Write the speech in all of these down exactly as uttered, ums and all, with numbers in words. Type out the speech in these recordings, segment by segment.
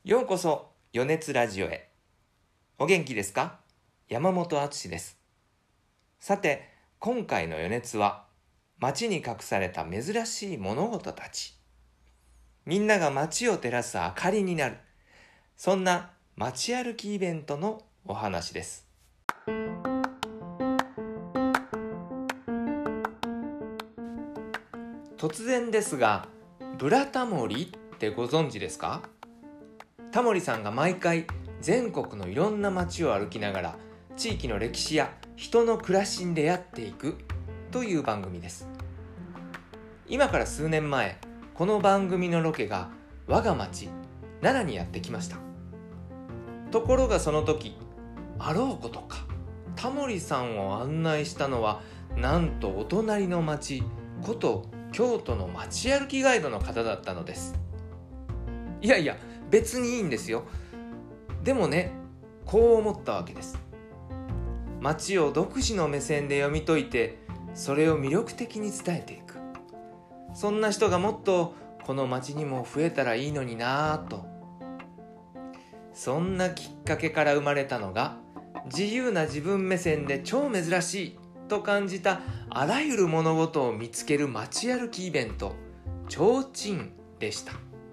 ようこそ余熱ラジオへ。お元気ですか？山本敦です。さて、今回の余熱は街に隠された珍しい物事たち。みんなが街を照らす明かりになる、そんな街歩きイベントのお話です。突然ですが、ブラタモリってご存知ですか？タモリさんが毎回全国のいろんな街を歩きながら地域の歴史や人の暮らしに出会っていくという番組です。今から数年前、この番組のロケが我が町奈良にやってきました。ところがその時、あろうことかタモリさんを案内したのはなんとお隣の町こと京都の街歩きガイドの方だったのです。いやいや、別にいいんですよ。でもね、こう思ったわけです。街を独自の目線で読み解いて、それを魅力的に伝えていく。そんな人がもっとこの街にも増えたらいいのになぁと。そんなきっかけから生まれたのが、自由な自分目線で超珍しいと感じたあらゆる物事を見つける街歩きイベント、超珍でした。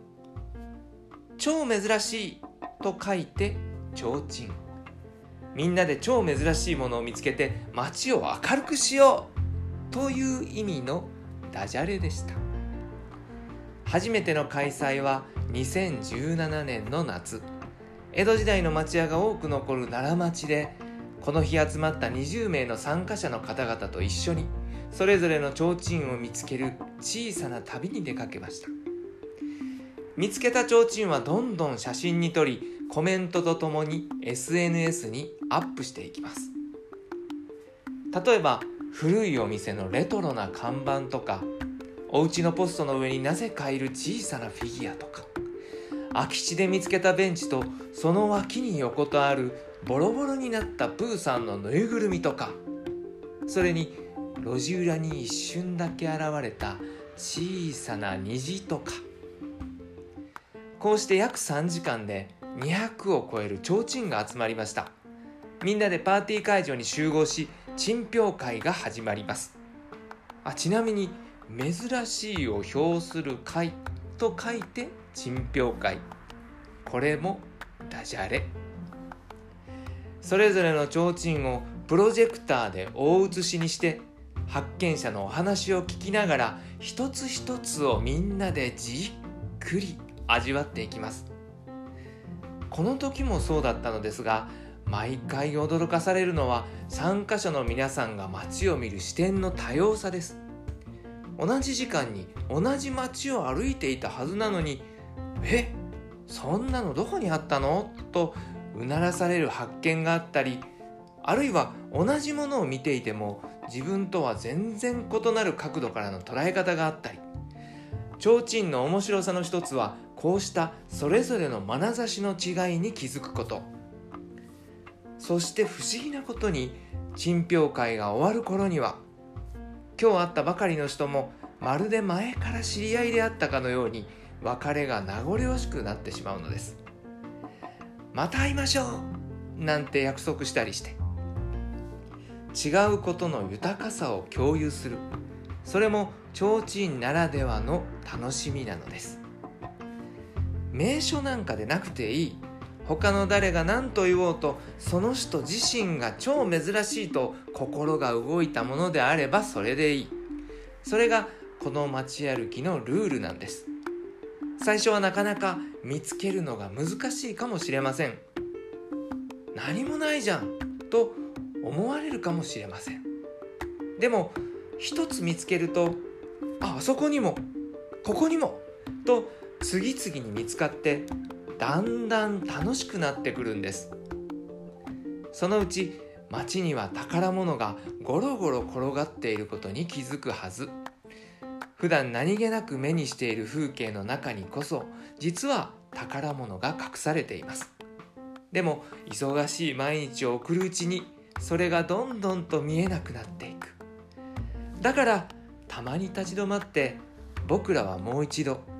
超珍しいと書いて超珍。みんなで超珍しいものを見つけて街を明るくしようという意味のダジャレでした。初めての開催はにせんじゅうななねんの夏、江戸時代の町屋が多く残る奈良町で、この日集まったにじゅうめいの参加者の方々と一緒にそれぞれの提灯を見つける小さな旅に出かけました。見つけた提灯はどんどん写真に撮り、コメントとともに エスエヌエス にアップしていきます。例えば古いお店のレトロな看板とか、お家のポストの上になぜかいる小さなフィギュアとか、空き地で見つけたベンチとその脇に横たわるボロボロになったプーさんのぬいぐるみとか、それに路地裏に一瞬だけ現れた小さな虹とか。こうして約さんじかんでにひゃくを超える提灯が集まりました。みんなでパーティー会場に集合し、珍評会が始まります。あちなみに珍しいを評する会と書いて珍評会。これもダジャレ。それぞれの提灯をプロジェクターで大写しにして、発見者のお話を聞きながら一つ一つをみんなでじっくり味わっていきます。この時もそうだったのですが、毎回驚かされるのは参加者の皆さんが街を見る視点の多様さです。同じ時間に同じ街を歩いていたはずなのに、え、そんなのどこにあったのとうならされる発見があったり、あるいは同じものを見ていても自分とは全然異なる角度からの捉え方があったり、提灯の面白さの一つはこうしたそれぞれの眼差しの違いに気づくこと。そして不思議なことに、珍評会が終わる頃には今日会ったばかりの人もまるで前から知り合いであったかのように別れが名残惜しくなってしまうのです。また会いましょうなんて約束したりして、違うことの豊かさを共有する、それも提灯ならではの楽しみなのです。名所なんかでなくていい、他の誰が何と言おうとその人自身が超珍しいと心が動いたものであればそれでいい。それがこの街歩きのルールなんです。最初はなかなか見つけるのが難しいかもしれません。何もないじゃんと思われるかもしれません。でも一つ見つけると、あ、あそこにもここにもと次々に見つかって、だんだん楽しくなってくるんです。そのうち街には宝物がゴロゴロ転がっていることに気づくはず。普段何気なく目にしている風景の中にこそ実は宝物が隠されています。でも忙しい毎日を送るうちにそれがどんどんと見えなくなっていく。だからたまに立ち止まって、僕らはもう一度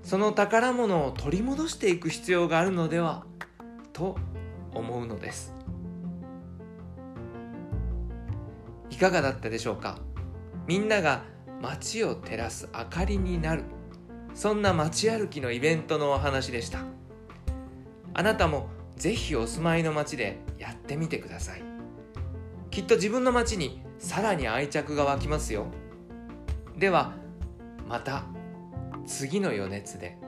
その宝物を取り戻していく必要があるのではと思うのです。いかがだったでしょうか。みんなが街を照らす明かりになる、そんな街歩きのイベントのお話でした。あなたもぜひお住まいの街でやってみてください。きっと自分の街にさらに愛着が湧きますよ。ではまた次の余熱で。